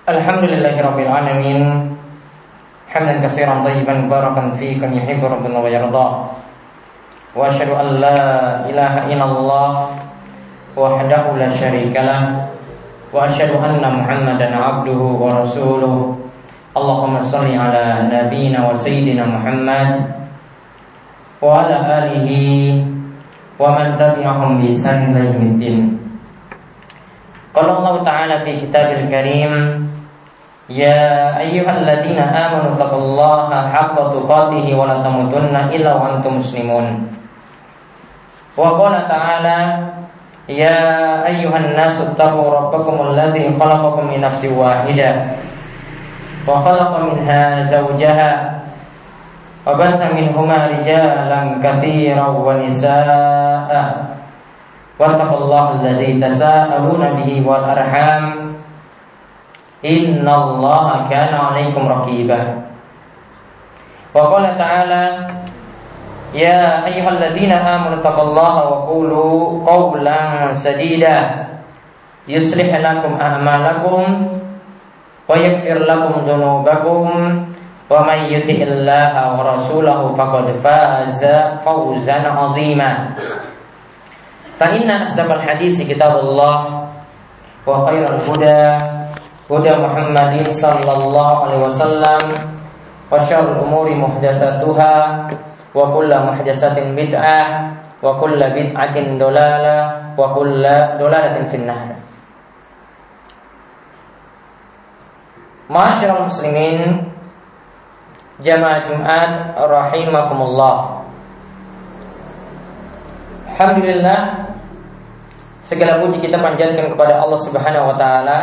Alhamdulillahirabbil alamin. Hamdan katsiran thayyiban mubarakan fihi kama yuhibbu rabbuna wa yarda. Wa asyhadu an la ilaha illallah wahdahu la syarikalah wa asyhadu anna Muhammadan abduhu wa rasuluh. Allahumma shalli ala nabiyyina wa sayyidina Muhammad wa ala alihi wa man tabi'ahum bi ihsan ila yaumiddin. Qala Allah Ta'ala fi kitabil karim, ya ayyuhalladzina amanu taqullaha haqqa tuqatih wa la tamutunna illa wa antum muslimun. Wa qala ta'ala, ya ayyuhan nasu taqu rabbakumul ladzi khalaqakum min nafsin wahidah wa khalaqa minha zawjaha wa basa minhuma rijalan katsiran wa nisaa'a wattaqullaha alladzi tasaaluna bihi wal arham innallaha kana 'alaikum raqiba. Wa qala ta'ala, ya ayyuhalladzina amanu taqullaha wa qulu qawlan sadida yuslih lakum a'malakum wa yaghfir lakum dhunubakum wa may yuti'illaha wa rasulahu faqad faza fawzan 'azima. Fa inna asdaqal hadisi kitabullah wa khairal huda Muhammadin sallallahu alaihi wasallam wa syarrul umuri muhdatsatuha wa kullu muhdatsatin bid'ah wa kullu bid'atin dhalalah wa kullu dhalalatin finnar. Ma'asyiral muslimin jamaah Jumat rahimakumullah. Alhamdulillah, segala puji kita panjatkan kepada Allah Subhanahu wa taala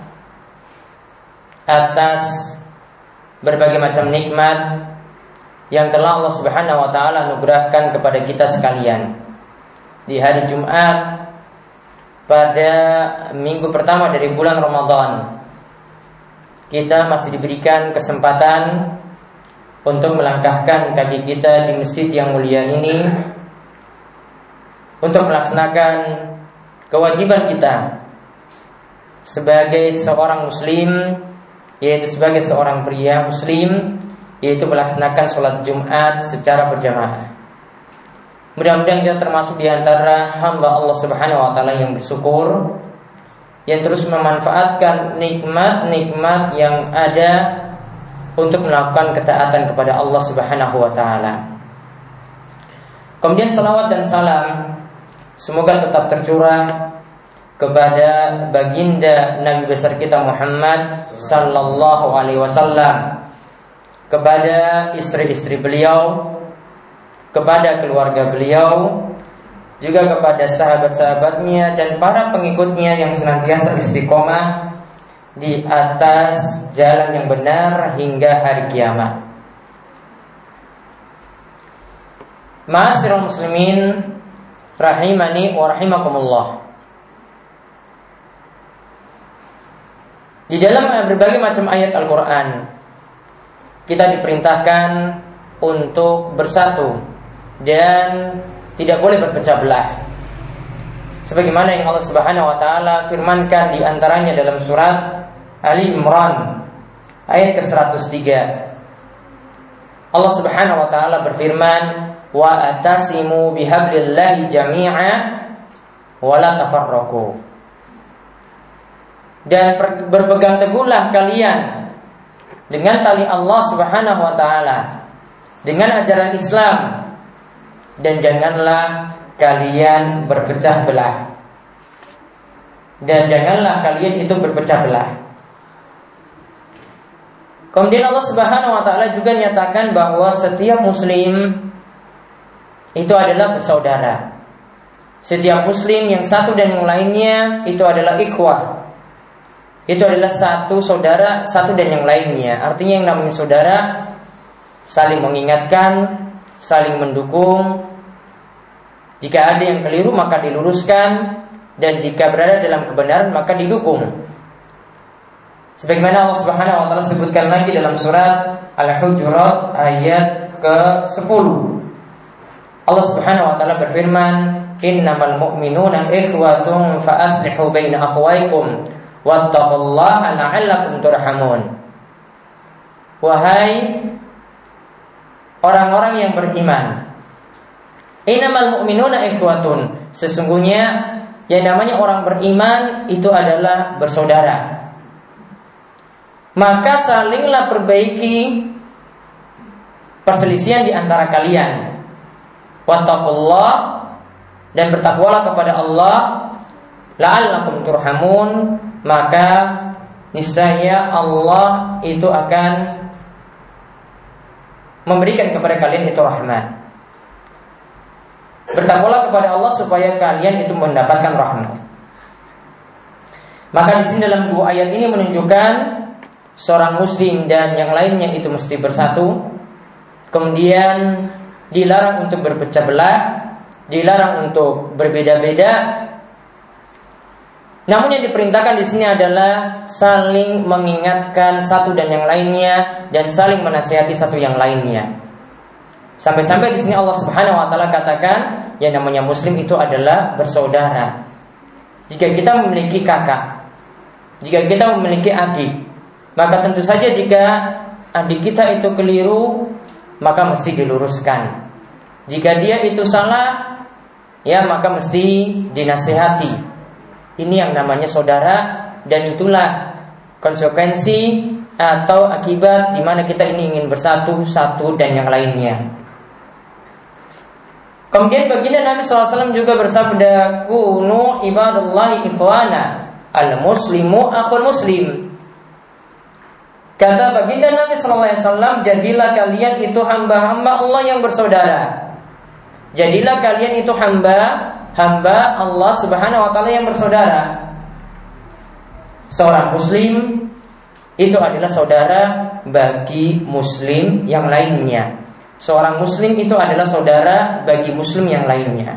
atas berbagai macam nikmat yang telah Allah Subhanahu wa taala anugerahkan kepada kita sekalian. Di hari Jumat pada minggu pertama dari bulan Ramadan, kita masih diberikan kesempatan untuk melangkahkan kaki kita di masjid yang mulia ini untuk melaksanakan kewajiban kita sebagai seorang muslim, yaitu sebagai seorang pria muslim, yaitu melaksanakan sholat Jumat secara berjamaah. Mudah-mudahan kita termasuk di antara hamba Allah Subhanahu wa taala yang bersyukur, yang terus memanfaatkan nikmat-nikmat yang ada untuk melakukan ketaatan kepada Allah Subhanahu wa taala. Kemudian salawat dan salam semoga tetap tercurah kepada baginda Nabi besar kita Muhammad sallallahu alaihi wasallam, kepada istri-istri beliau, kepada keluarga beliau, juga kepada sahabat-sahabatnya dan para pengikutnya yang senantiasa istiqomah di atas jalan yang benar hingga hari kiamat. Ma'asyiral muslimin rahimani wa rahimakumullah. Di dalam berbagai macam ayat Al-Quran, kita diperintahkan untuk bersatu dan tidak boleh berpecah belah, sebagaimana yang Allah Subhanahu wa taala firmankan di antaranya dalam surat Ali Imran ayat ke-103. Allah Subhanahu wa taala berfirman, wa atasimu bihablillahi jami'a wa la tafarraqu. Dan berpegang teguhlah kalian dengan tali Allah Subhanahu wa taala, dengan ajaran Islam, dan janganlah kalian berpecah belah. Dan janganlah kalian itu berpecah belah. Kemudian Allah Subhanahu wa taala juga nyatakan bahwa setiap muslim itu adalah bersaudara. Setiap muslim yang satu dan yang lainnya itu adalah ikhwah. Itu adalah satu saudara, satu dan yang lainnya. Artinya yang namanya saudara saling mengingatkan, saling mendukung. Jika ada yang keliru maka diluruskan, dan jika berada dalam kebenaran maka didukung. Sebagaimana Allah Subhanahu wa taala sebutkan lagi dalam surat Al-Hujurat ayat ke-10. Allah Subhanahu wa taala berfirman, innamal mu'minuna ikhwatun fa aslihu baina akhwaykum wattaqullaha la'allakum turhamun. Wahai orang-orang yang beriman, innamal mu'minuna ikhwatun, sesungguhnya yang namanya orang beriman itu adalah bersaudara. Maka salinglah perbaiki perselisihan di antara kalian. Wattaqullah, dan bertakwalah kepada Allah, la'allakum turhamun, maka niscaya Allah itu akan memberikan kepada kalian itu rahmat. Bertakwalah kepada Allah supaya kalian itu mendapatkan rahmat. Maka di sini dalam dua ayat ini menunjukkan seorang muslim dan yang lainnya itu mesti bersatu. Kemudian dilarang untuk berpecah belah, dilarang untuk berbeda-beda. Namun yang diperintahkan di sini adalah saling mengingatkan satu dan yang lainnya, dan saling menasihati satu yang lainnya. Sampai-sampai di sini Allah Subhanahu wa taala katakan yang namanya muslim itu adalah bersaudara. Jika kita memiliki kakak, jika kita memiliki adik, maka tentu saja jika adik kita itu keliru, maka mesti diluruskan. Jika dia itu salah, ya maka mesti dinasihati. Ini yang namanya saudara, dan itulah konsekuensi atau akibat di mana kita ini ingin bersatu satu dan yang lainnya. Kemudian baginda Nabi SAW juga bersabda, kunu ibadallahi ikhwana, al-muslimu akhul muslim. Kata baginda Nabi SAW, jadilah kalian itu hamba-hamba Allah yang bersaudara. Jadilah kalian itu hamba Allah Subhanahu wa taala yang bersaudara. Seorang muslim itu adalah saudara bagi muslim yang lainnya. Seorang muslim itu adalah saudara bagi muslim yang lainnya.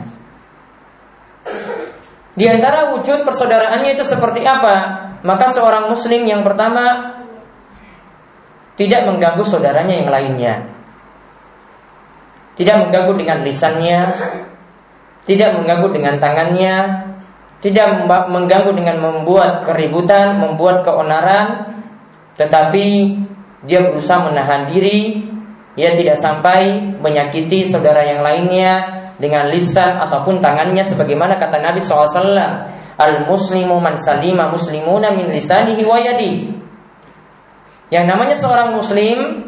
Di antara wujud persaudaraannya itu seperti apa? Maka seorang muslim yang pertama tidak mengganggu saudaranya yang lainnya. Tidak mengganggu dengan lisannya, tidak mengganggu dengan tangannya, tidak mengganggu dengan membuat keributan, membuat keonaran, tetapi dia berusaha menahan diri, ia tidak sampai menyakiti saudara yang lainnya dengan lisan ataupun tangannya, sebagaimana kata Nabi SAW, al-muslimu man salima muslimuna min lisanihi wa yadihi. Yang namanya seorang muslim,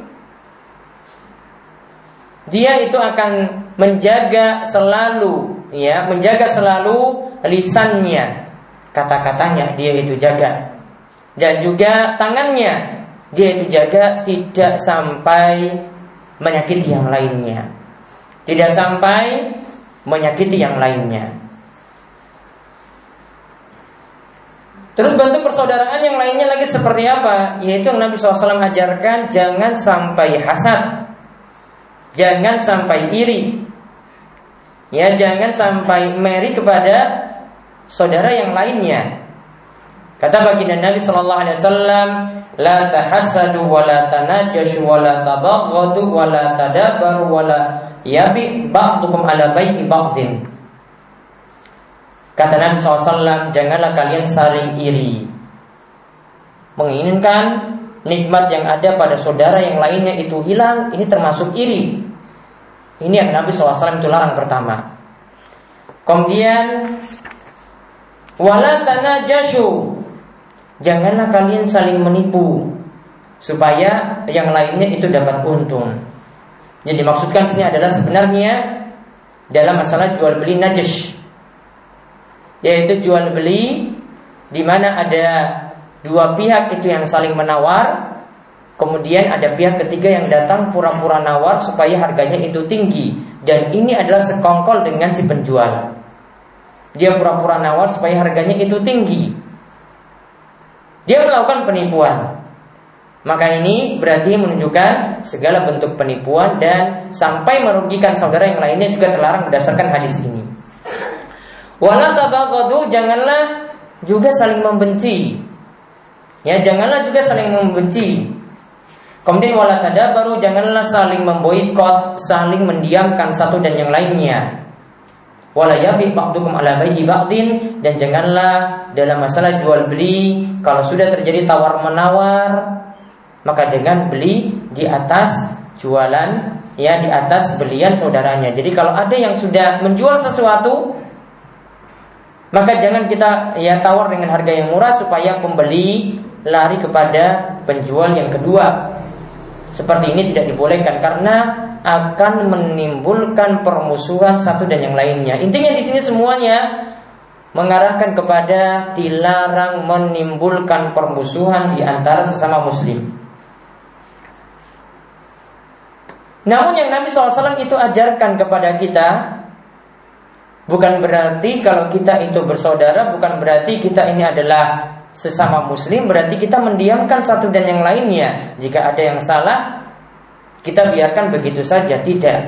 dia itu akan menjaga selalu, ya, menjaga selalu lisannya, kata-katanya dia itu jaga, dan juga tangannya dia itu jaga, tidak sampai menyakiti yang lainnya, tidak sampai menyakiti yang lainnya. Terus bentuk persaudaraan yang lainnya lagi seperti apa? Yaitu yang Nabi SAW ajarkan, jangan sampai hasad, jangan sampai iri, ya, jangan sampai meri kepada saudara yang lainnya. Kata baginda Nabi sallallahu alaihi wasallam, la tahassadu wa la tanajashu wa la tabaghadu wa la tadabaru wa la yabi ba'dukum ala bai'i ba'din. Kata Nabi SAW, janganlah kalian saling iri, menginginkan nikmat yang ada pada saudara yang lainnya itu hilang. Ini termasuk iri. Ini yang Nabi SAW itu larang pertama. Kemudian wala tanajashu, janganlah kalian saling menipu supaya yang lainnya itu dapat untung. Jadi dimaksudkan sini adalah sebenarnya dalam masalah jual beli najash, yaitu jual beli di mana ada dua pihak itu yang saling menawar, kemudian ada pihak ketiga yang datang pura-pura nawar supaya harganya itu tinggi, dan ini adalah sekongkol dengan si penjual. Dia pura-pura nawar supaya harganya itu tinggi, dia melakukan penipuan. Maka ini berarti menunjukkan segala bentuk penipuan dan sampai merugikan saudara yang lainnya juga terlarang berdasarkan hadis ini. Wala tabaghadu, janganlah juga saling membenci. Ya, janganlah juga saling membenci. Kemudian wala tadabaru, janganlah saling memboikot, saling mendiamkan satu dan yang lainnya. Wala yabi ba'dukum ala bai'i ba'din, dan janganlah dalam masalah jual beli kalau sudah terjadi tawar menawar, maka jangan beli di atas jualan, ya, di atas belian saudaranya. Jadi kalau ada yang sudah menjual sesuatu, maka jangan kita ya tawar dengan harga yang murah supaya pembeli lari kepada penjual yang kedua. Seperti ini tidak dibolehkan karena akan menimbulkan permusuhan satu dan yang lainnya. Intinya di sini semuanya mengarahkan kepada dilarang menimbulkan permusuhan di antara sesama muslim. Namun yang Nabi SAW itu ajarkan kepada kita, bukan berarti kalau kita itu bersaudara, bukan berarti kita ini adalah sesama muslim, berarti kita mendiamkan satu dan yang lainnya. Jika ada yang salah, kita biarkan begitu saja. Tidak.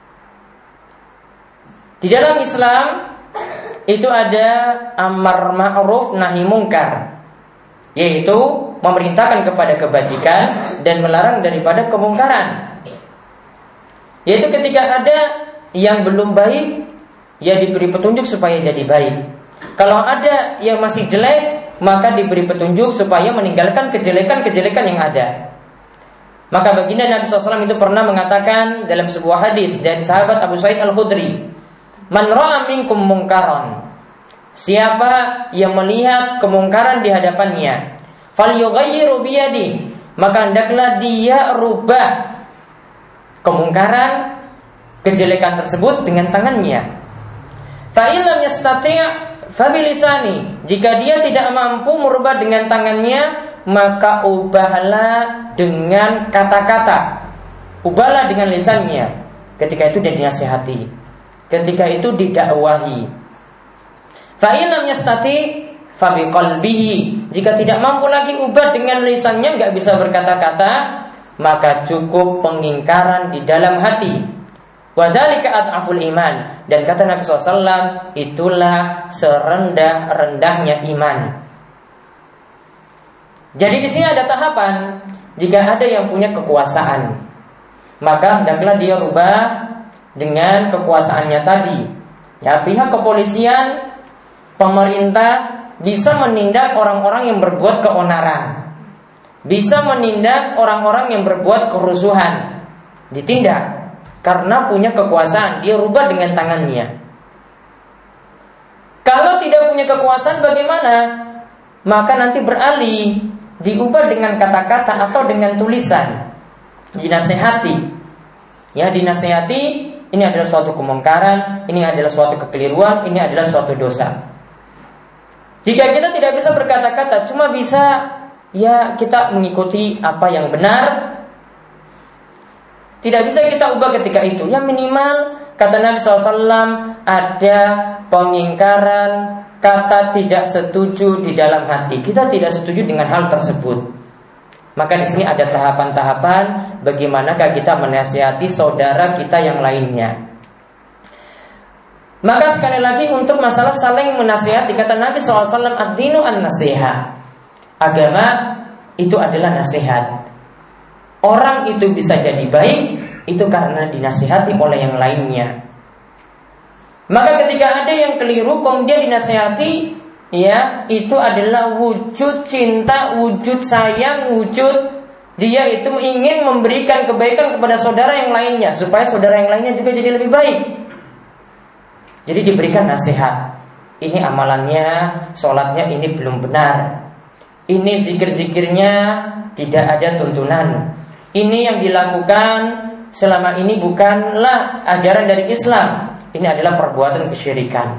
Di dalam Islam itu ada amar ma'ruf nahi mungkar, yaitu memerintahkan kepada kebajikan dan melarang daripada kemungkaran. Yaitu ketika ada yang belum baik, ya diberi petunjuk supaya jadi baik. Kalau ada yang masih jelek, maka diberi petunjuk supaya meninggalkan kejelekan-kejelekan yang ada. Maka baginda Nabi SAW itu pernah mengatakan dalam sebuah hadis dari sahabat Abu Sa'id Al-Khudri, "Man ra'a minkum mungkaran." Siapa yang melihat kemungkaran di hadapannya, falyughayyiru biyadihi, maka hendaklah dia rubah kemungkaran, kejelekan tersebut dengan tangannya. Fa in lam yastati' fa bilisani, jika dia tidak mampu merubah dengan tangannya, maka ubahlah dengan kata-kata, ubahlah dengan lisannya. Ketika itu dia dinasihati, ketika itu didakwahi. Fa in lam yastati fa biqalbihi, jika tidak mampu lagi ubah dengan lisannya, enggak bisa berkata-kata, maka cukup pengingkaran di dalam hati. Wa dzalika ad'aful iman, dan kata Nabi SAW, itulah serendah-rendahnya iman. Jadi di sini ada tahapan. Jika ada yang punya kekuasaan, maka hendaklah dia rubah dengan kekuasaannya tadi. Ya, pihak kepolisian, pemerintah bisa menindak orang-orang yang berbuat keonaran, bisa menindak orang-orang yang berbuat kerusuhan, ditindak. Karena punya kekuasaan, dia rubah dengan tangannya. Kalau tidak punya kekuasaan bagaimana? Maka nanti beralih, diubah dengan kata-kata atau dengan tulisan, dinasehati. Ya, dinasehati, ini adalah suatu kemungkaran, ini adalah suatu kekeliruan, ini adalah suatu dosa. Jika kita tidak bisa berkata-kata, cuma bisa ya kita mengikuti apa yang benar, tidak bisa kita ubah ketika itu. Yang minimal kata Nabi SAW, ada pengingkaran kata tidak setuju di dalam hati. Kita tidak setuju dengan hal tersebut. Maka di sini ada tahapan-tahapan bagaimanakah kita menasihati saudara kita yang lainnya. Maka sekali lagi untuk masalah saling menasihati, kata Nabi SAW, ad-dinu an-nasiha. Agama itu adalah nasihat. Orang itu bisa jadi baik itu karena dinasihati oleh yang lainnya. Maka ketika ada yang keliru kemudian dinasihati, ya, itu adalah wujud cinta, wujud sayang, wujud dia itu ingin memberikan kebaikan kepada saudara yang lainnya supaya saudara yang lainnya juga jadi lebih baik. Jadi diberikan nasihat. Ini amalannya, sholatnya ini belum benar. Ini zikir-zikirnya tidak ada tuntunan. Ini yang dilakukan selama ini bukanlah ajaran dari Islam. Ini adalah perbuatan kesyirikan.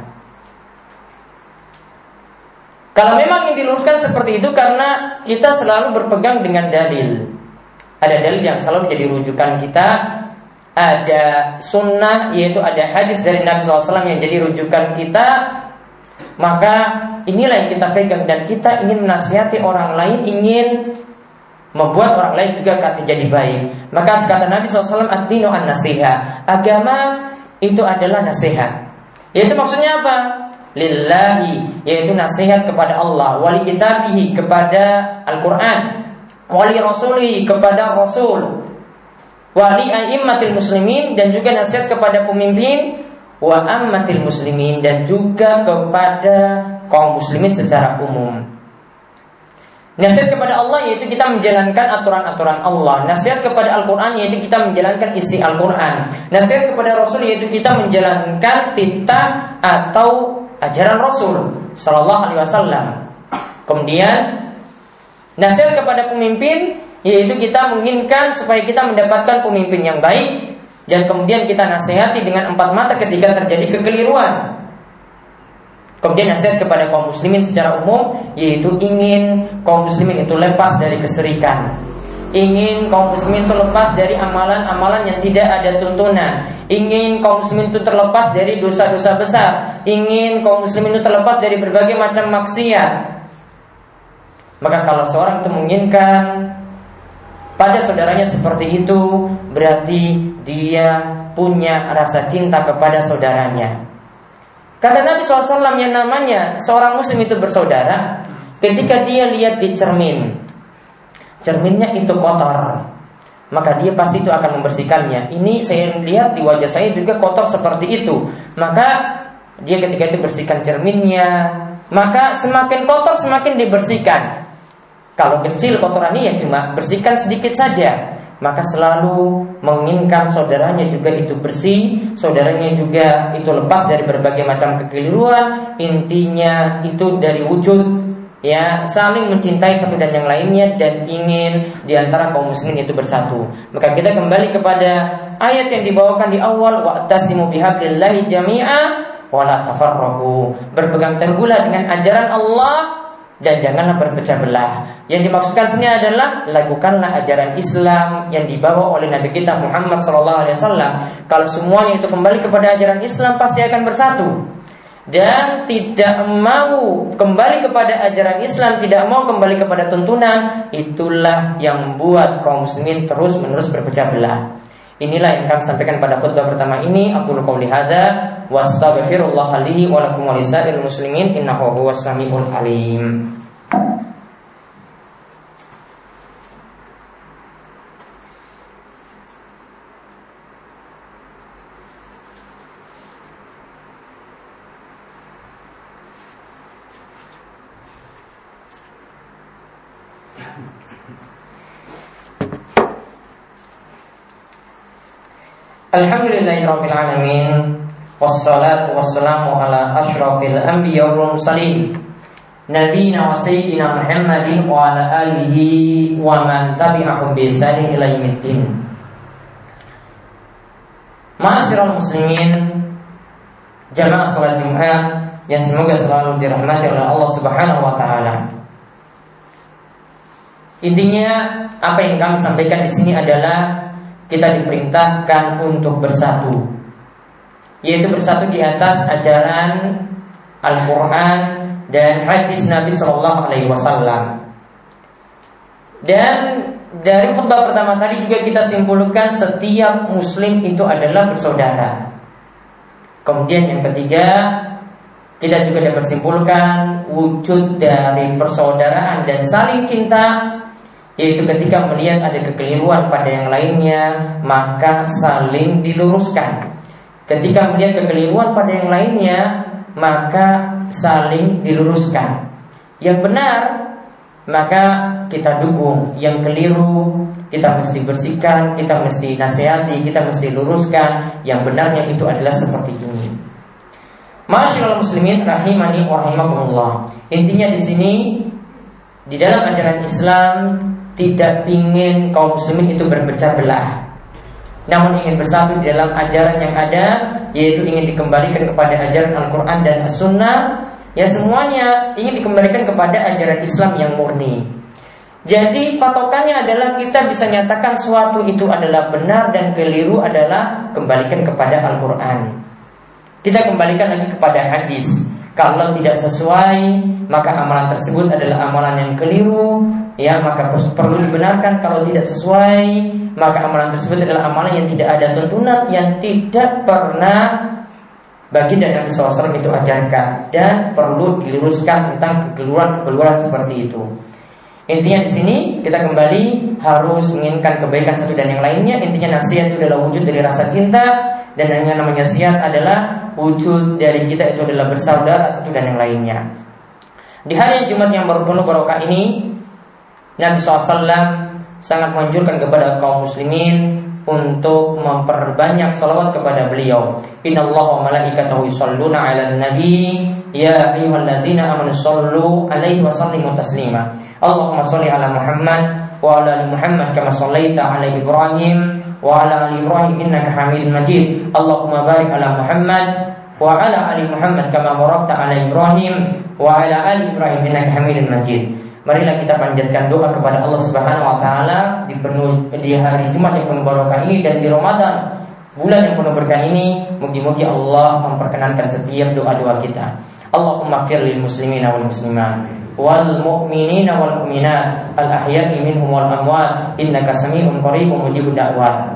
Kalau memang yang diluruskan seperti itu karena kita selalu berpegang dengan dalil. Ada dalil yang selalu menjadi rujukan kita. Ada sunnah, yaitu ada hadis dari Nabi SAW yang jadi rujukan kita. Maka inilah yang kita pegang. Dan kita ingin menasihati orang lain, ingin membuat orang lain juga jadi baik. Maka kata Nabi SAW, ad-dinu an-nasiha. Agama itu adalah nasihat. Yaitu maksudnya apa? Lillahi, yaitu nasihat kepada Allah. Wali kitabihi, kepada Al-Quran. Wali rasulihi, kepada Rasul. Wali a'immatil muslimin, dan juga nasihat kepada pemimpin wa ammatil muslimin, dan juga kepada kaum muslimin secara umum. Nasihat kepada Allah yaitu kita menjalankan aturan-aturan Allah. Nasihat kepada Al-Quran yaitu kita menjalankan isi Al-Quran. Nasihat kepada Rasul yaitu kita menjalankan titah atau ajaran Rasul Sallallahu Alaihi Wasallam. Kemudian nasihat kepada pemimpin yaitu kita menginginkan supaya kita mendapatkan pemimpin yang baik, dan kemudian kita nasihati dengan empat mata ketika terjadi kekeliruan. Kemudian nasihat kepada kaum muslimin secara umum yaitu ingin kaum muslimin itu lepas dari kesyirikan, ingin kaum muslimin itu lepas dari amalan-amalan yang tidak ada tuntunan, ingin kaum muslimin itu terlepas dari dosa-dosa besar, ingin kaum muslimin itu terlepas dari berbagai macam maksiat. Maka kalau seorang itu menginginkan pada saudaranya seperti itu, berarti dia punya rasa cinta kepada saudaranya. Karena Nabi SAW yang namanya seorang muslim itu bersaudara, ketika dia lihat di cerminnya itu kotor, maka dia pasti itu akan membersihkannya. Ini saya lihat di wajah saya juga kotor seperti itu, maka dia ketika itu bersihkan cerminnya, maka semakin kotor semakin dibersihkan. Kalau kecil kotorannya ya cuma bersihkan sedikit saja, maka selalu menginginkan saudaranya juga itu bersih, saudaranya juga itu lepas dari berbagai macam kekeliruan. Intinya itu dari wujud ya saling mencintai satu dan yang lainnya, dan ingin diantara kaum muslimin itu bersatu. Maka kita kembali kepada ayat yang dibawakan di awal, wa'tasimu bihablillahi jami'a wa la tafarraqu. Berpegang teguhlah dengan ajaran Allah dan janganlah berpecah belah. Yang dimaksudkan sini adalah lakukanlah ajaran Islam yang dibawa oleh Nabi kita Muhammad SAW. Kalau semuanya itu kembali kepada ajaran Islam, pasti akan bersatu. Dan tidak mau kembali kepada ajaran Islam, tidak mau kembali kepada tuntunan, itulah yang membuat kaum muslimin terus menerus berpecah belah. Inilah yang kami sampaikan pada khutbah pertama ini. Aku qouli hadza wa astaghfirullah li wa lakum wa lisa'il muslimin innahu huwas samiul alim. Alhamdulillahirabbil alamin, wassalatu wassalamu ala asyrafil anbiya wal mursalin, nabiyina wa sayyidina Muhammadin wa ala alihi wa man tabi'ahum bi ihsanin ila yaumiddin. Ma'asyiral muslimin, jamaah salat Jumat yang semoga selalu dirahmati oleh Allah Subhanahu wa taala. Intinya apa yang kami sampaikan di sini adalah kita diperintahkan untuk bersatu, yaitu bersatu di atas ajaran Al-Quran dan hadis Nabi Sallallahu Alaihi Wasallam. Dan dari khutbah pertama tadi juga kita simpulkan setiap muslim itu adalah bersaudara. Kemudian yang ketiga, kita juga dapat simpulkan wujud dari persaudaraan dan saling cinta, yaitu ketika melihat ada kekeliruan pada yang lainnya, maka saling diluruskan. Ketika melihat kekeliruan pada yang lainnya, maka saling diluruskan. Yang benar, maka kita dukung. Yang keliru, kita mesti bersihkan, kita mesti nasihati, kita mesti luruskan. Yang benarnya itu adalah seperti ini. Ma'asyiral muslimin rahimani wa rahimakumullah. Intinya di sini, di dalam ajaran Islam tidak ingin kaum muslimin itu berpecah belah, namun ingin bersatu di dalam ajaran yang ada, yaitu ingin dikembalikan kepada ajaran Al-Quran dan As-Sunnah. Ya, semuanya ingin dikembalikan kepada ajaran Islam yang murni. Jadi patokannya adalah kita bisa nyatakan suatu itu adalah benar dan keliru adalah kembalikan kepada Al-Quran. Kita kembalikan lagi kepada hadis. Kalau tidak sesuai, maka amalan tersebut adalah amalan yang keliru. Ya, maka perlu dibenarkan. Kalau tidak sesuai, maka amalan tersebut adalah amalan yang tidak ada tuntunan, yang tidak pernah baginda Nabi SAW itu ajarkan, dan perlu diluruskan tentang kekeliruan seperti itu. Intinya di sini kita kembali harus menginginkan kebaikan satu dan yang lainnya. Intinya nasihat itu adalah wujud dari rasa cinta, dan yang namanya nasihat adalah wujud dari kita itu adalah bersaudara satu dan yang lainnya. Di hari Jumat yang penuh barokah ini, Nabi SAW sangat menganjurkan kepada kaum muslimin untuk memperbanyak salawat kepada beliau. Innallaha wa malaikatahu yusholluna 'alan nabi ya ayyuhallazina amanu shollu 'alaihi wa sallimu taslima. Allahumma sholli 'ala Muhammad wa 'ala ali Muhammad kama shallaita 'ala Ibrahim wa 'ala ali Ibrahim innaka Hamidum Majid. Allahumma barik 'ala Muhammad wa 'ala ali Muhammad kama barakta 'ala Ibrahim wa 'ala ali Ibrahim innaka Hamidum Majid. Marilah kita panjatkan doa kepada Allah Subhanahu wa taala di hari Jumat yang penuh barokah ini dan di Ramadan, bulan yang penuh berkah ini. Mugi-mugi Allah memperkenankan setiap doa-doa kita. Allahumma ighfir lil muslimina wal muslimat wal mu'minina wal mu'minat al ahya'i minhum wal amwat innaka sami'un qaribun mujibud da'wat.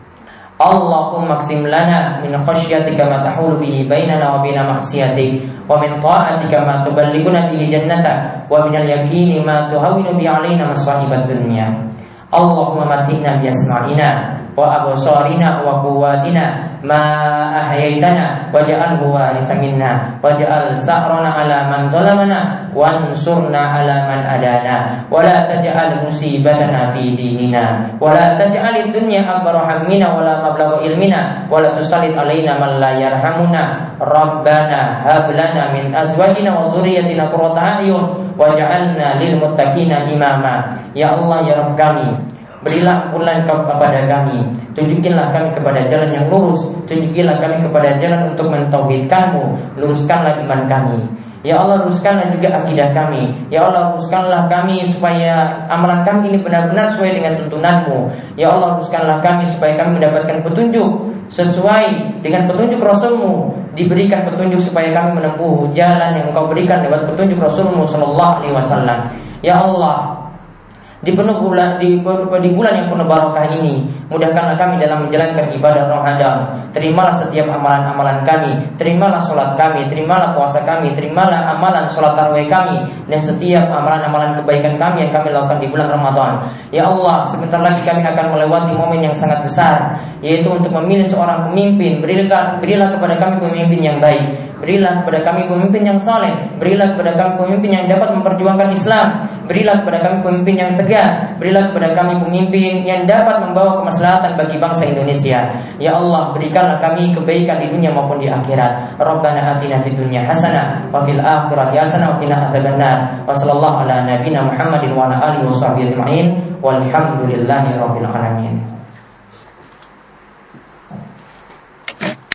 Allahumma qsim lana min khasyatika ma tahulu bihi bainana wa baina ma'siyatik wa min ta'atika ma tuballighuna bihi jannatak wa min al-yaqini ma tuhawwinu bihi 'alaina masa'ibad dunya. Allahumma matina bi asma'ina wa absarina wa quwwatina ma ahyaitana waj'alhu warisa minna waj'al sa'rana 'ala man zalamana wansurna 'ala man adana wa la taj'al musibatana fi dinina wa la taj'alid dunya akbar hammina wa la mablagha ilmina wa la tusallit 'alaina man la yarhamuna. Rabbana hab lana min azwajina wa dhurriyyatina qurrata a'yun waj'alna lil muttaqina imama. Ya Allah, ya Rabb kami, berilah ampunan kepada kami, tunjukilah kami kepada jalan yang lurus, tunjukilah kami kepada jalan untuk mentauhidkan-Mu, luruskanlah iman kami. Ya Allah, luruskanlah juga akidah kami. Ya Allah, luruskanlah kami supaya amalan kami ini benar-benar sesuai dengan tuntunan-Mu. Ya Allah, luruskanlah kami supaya kami mendapatkan petunjuk sesuai dengan petunjuk Rasul-Mu, diberikan petunjuk supaya kami menempuh jalan yang Engkau berikan lewat petunjuk Rasul-Mu sallallahu alaihi wasallam. Ya Allah, di bulan yang penuh barokah ini, mudahkanlah kami dalam menjalankan ibadah Ramadan. Terimalah setiap amalan-amalan kami, terimalah sholat kami, terimalah puasa kami, terimalah amalan sholat tarawih kami, dan setiap amalan-amalan kebaikan kami yang kami lakukan di bulan Ramadan. Ya Allah, sebentar lagi kami akan melewati momen yang sangat besar, yaitu untuk memilih seorang pemimpin. Berilah kepada kami pemimpin yang baik, berilah kepada kami pemimpin yang saleh, berilah kepada kami pemimpin yang dapat memperjuangkan Islam, berilah kepada kami pemimpin yang tegas, berilah kepada kami pemimpin yang dapat membawa kemaslahatan bagi bangsa Indonesia. Ya Allah, berikanlah kami kebaikan di dunia maupun di akhirat. Rabbana atina fid dunya hasanah wa fil akhirati hasanah wa qina adzabannar. Wa sallallahu ala nabiyyina Muhammadin wa ala alihi washabbihi ajma'in. Walhamdulillahi rabbil alamin.